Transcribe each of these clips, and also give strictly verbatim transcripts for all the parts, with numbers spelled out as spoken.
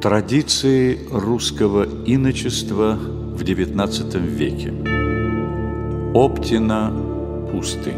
Традиции русского иночества в девятнадцатом веке. Оптина пустынь.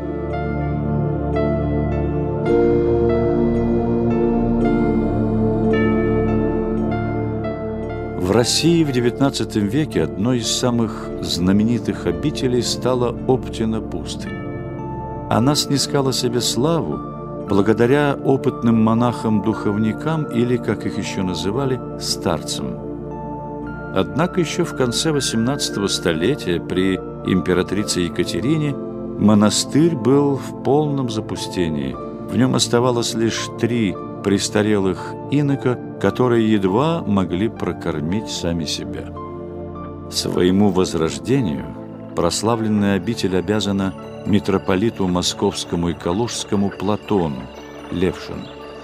В России в девятнадцатом веке одной из самых знаменитых обителей стала Оптина пустынь. Она снискала себе славу благодаря опытным монахам-духовникам или, как их еще называли, старцам. Однако еще в конце восемнадцатого столетия при императрице Екатерине монастырь был в полном запустении. В нем оставалось лишь три престарелых инока, которые едва могли прокормить сами себя. Своему возрождению прославленная обитель обязана митрополиту Московскому и Калужскому Платону Левшину.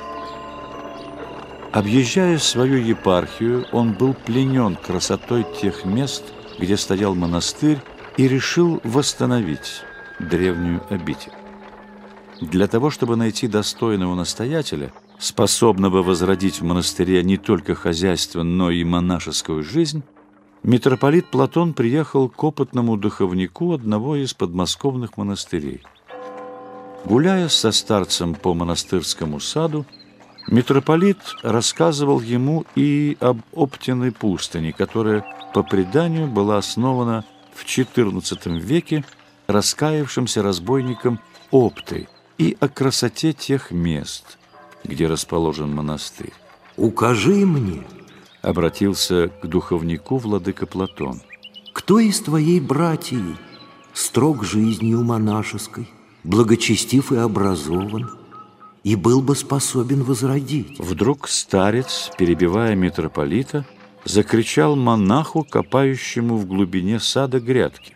Объезжая свою епархию, он был пленен красотой тех мест, где стоял монастырь, и решил восстановить древнюю обитель. Для того, чтобы найти достойного настоятеля, способного возродить в монастыре не только хозяйство, но и монашескую жизнь, митрополит Платон приехал к опытному духовнику одного из подмосковных монастырей. Гуляя со старцем по монастырскому саду, митрополит рассказывал ему и об Оптиной пустыне, которая, по преданию, была основана в четырнадцатом веке раскаявшимся разбойником Оптой, и о красоте тех мест, где расположен монастырь. «Укажи мне, — обратился к духовнику владыка Платон, — кто из твоей братьи строг жизнью монашеской, благочестив и образован, и был бы способен возродить?» Вдруг старец, перебивая митрополита, закричал монаху, копающему в глубине сада грядки: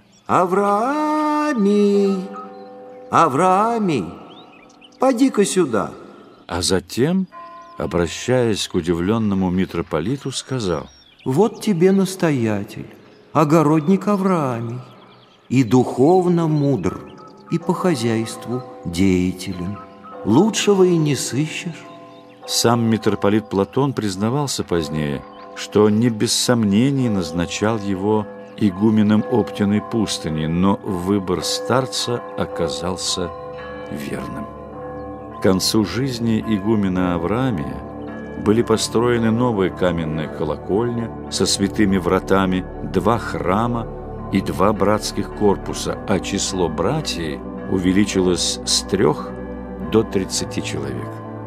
«Авраамий! Авраамий! Поди-ка сюда!» А затем, обращаясь к удивленному митрополиту, сказал: «Вот тебе настоятель, огородник Авраамий, и духовно мудр, и по хозяйству деятелен. Лучшего и не сыщешь». Сам митрополит Платон признавался позднее, что не без сомнений назначал его игуменом Оптиной пустыни, но выбор старца оказался верным. К концу жизни игумена Авраамия были построены новая каменная колокольня со святыми вратами, два храма и два братских корпуса, а число братьев увеличилось с трех до тридцати человек.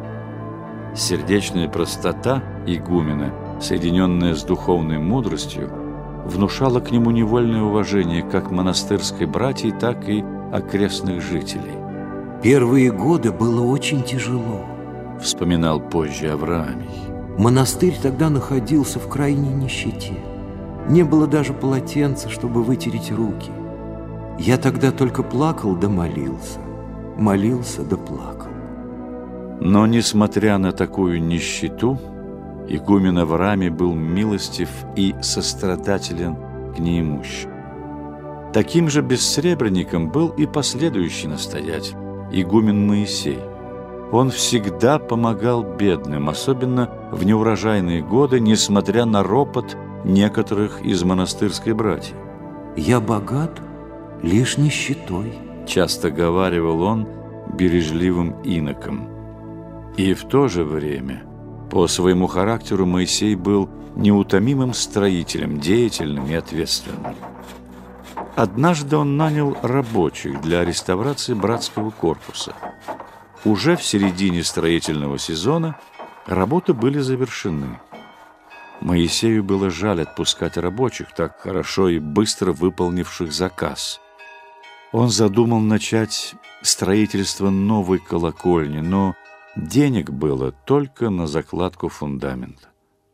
Сердечная простота игумена, соединенная с духовной мудростью, внушала к нему невольное уважение как монастырской братьи, так и окрестных жителей. «Первые годы было очень тяжело, — вспоминал позже Авраамий. Монастырь тогда находился в крайней нищете. Не было даже полотенца, чтобы вытереть руки. Я тогда только плакал да молился, молился да плакал». Но, несмотря на такую нищету, игумен Авраамий был милостив и сострадателен к неимущим. Таким же бессребренником был и последующий настоятель, игумен Моисей. Он всегда помогал бедным, особенно в неурожайные годы, несмотря на ропот некоторых из монастырской братьев. «Я богат лишь нищетой», — часто говаривал он бережливым инокам. И в то же время по своему характеру Моисей был неутомимым строителем, деятельным и ответственным. Однажды он нанял рабочих для реставрации братского корпуса. Уже в середине строительного сезона работы были завершены. Моисею было жаль отпускать рабочих, так хорошо и быстро выполнивших заказ. Он задумал начать строительство новой колокольни, но денег было только на закладку фундамента.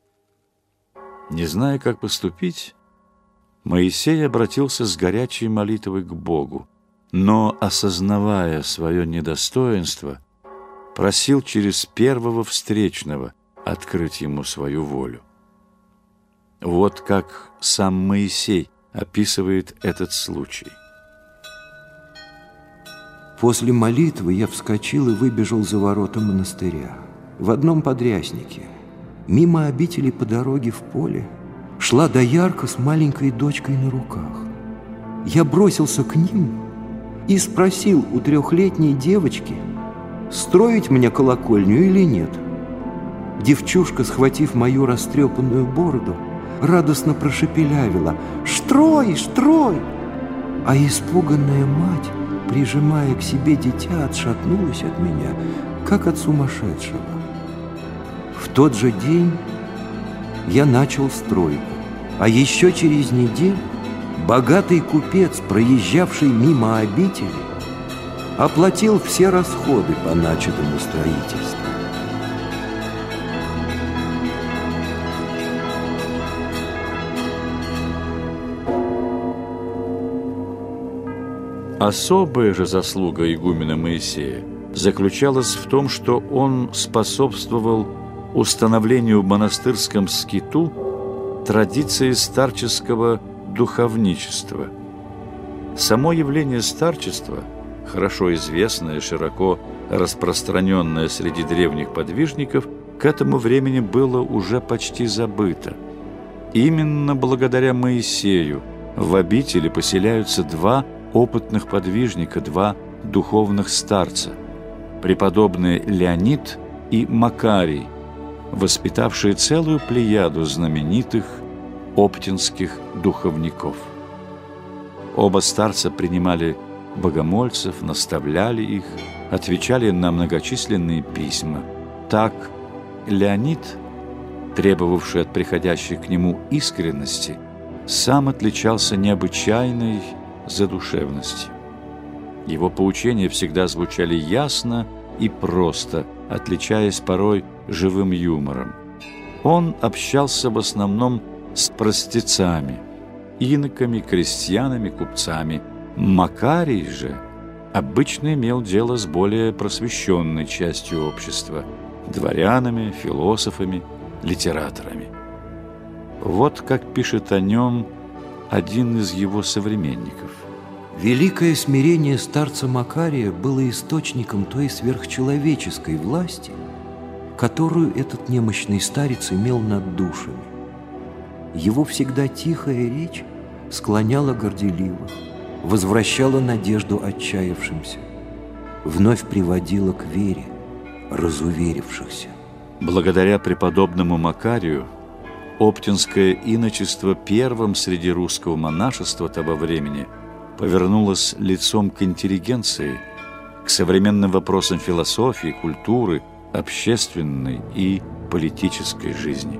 Не зная, как поступить, Моисей обратился с горячей молитвой к Богу, но, осознавая свое недостоинство, просил через первого встречного открыть ему свою волю. Вот как сам Моисей описывает этот случай. После молитвы я вскочил и выбежал за ворота монастыря в одном подряснике Мимо обители по дороге в поле шла доярка с маленькой дочкой на руках. Я бросился к ним и спросил у трехлетней девочки, строить мне колокольню или нет. Девчушка, схватив мою растрепанную бороду, радостно прошепелявила: «Штрой, штрой!» А испуганная мать, прижимая к себе дитя, отшатнулась от меня, как от сумасшедшего. В тот же день я начал стройку, а еще через неделю богатый купец, проезжавший мимо обители, оплатил все расходы по начатому строительству. Особая же заслуга игумена Моисея заключалась в том, что он способствовал установлению в монастырском скиту традиции старческого духовничества. Само явление старчества, хорошо известное и широко распространенное среди древних подвижников, к этому времени было уже почти забыто. Именно благодаря Моисею в обители поселяются два опытных подвижника, два духовных старца, преподобные Леонид и Макарий, воспитавшие целую плеяду знаменитых оптинских духовников. Оба старца принимали богомольцев, наставляли их, отвечали на многочисленные письма. Так Леонид, требовавший от приходящих к нему искренности, сам отличался необычайной задушевностью. Его поучения всегда звучали ясно и просто, отличаясь порой живым юмором. Он общался в основном с простецами, иноками, крестьянами, купцами. Макарий же обычно имел дело с более просвещенной частью общества – дворянами, философами, литераторами. Вот как пишет о нем один из его современников. Великое смирение старца Макария было источником той сверхчеловеческой власти, которую этот немощный старец имел над душами. Его всегда тихая речь склоняла горделивых, возвращала надежду отчаявшимся, вновь приводила к вере разуверившихся. Благодаря преподобному Макарию оптинское иночество первым среди русского монашества того времени повернулось лицом к интеллигенции, к современным вопросам философии, культуры, общественной и политической жизни.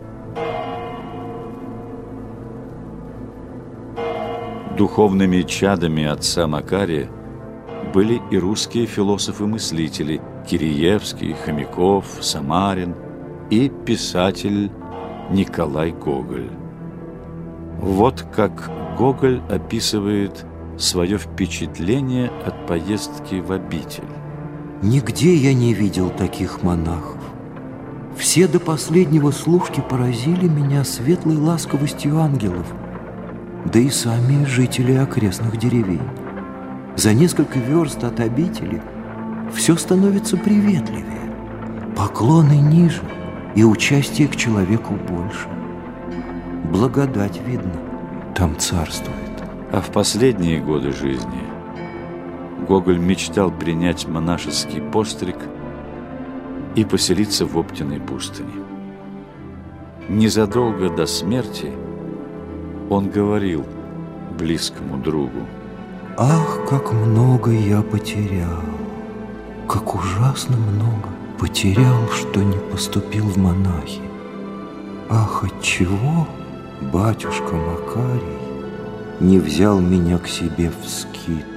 Духовными чадами отца Макария были и русские философы-мыслители Киреевский, Хомяков, Самарин и писатель Николай Гоголь. Вот как Гоголь описывает свое впечатление от поездки в обитель. «Нигде я не видел таких монахов. Все до последнего служки поразили меня светлой ласковостью ангелов, да и сами жители окрестных деревень. За несколько верст от обители все становится приветливее, поклоны ниже и участие к человеку больше. Благодать, видно, там царствует». А в последние годы жизни Гоголь мечтал принять монашеский постриг и поселиться в Оптиной пустыне. Незадолго до смерти он говорил близкому другу: «Ах, как много я потерял, как ужасно много потерял, что не поступил в монахи. Ах, отчего батюшка Макарий не взял меня к себе в скит?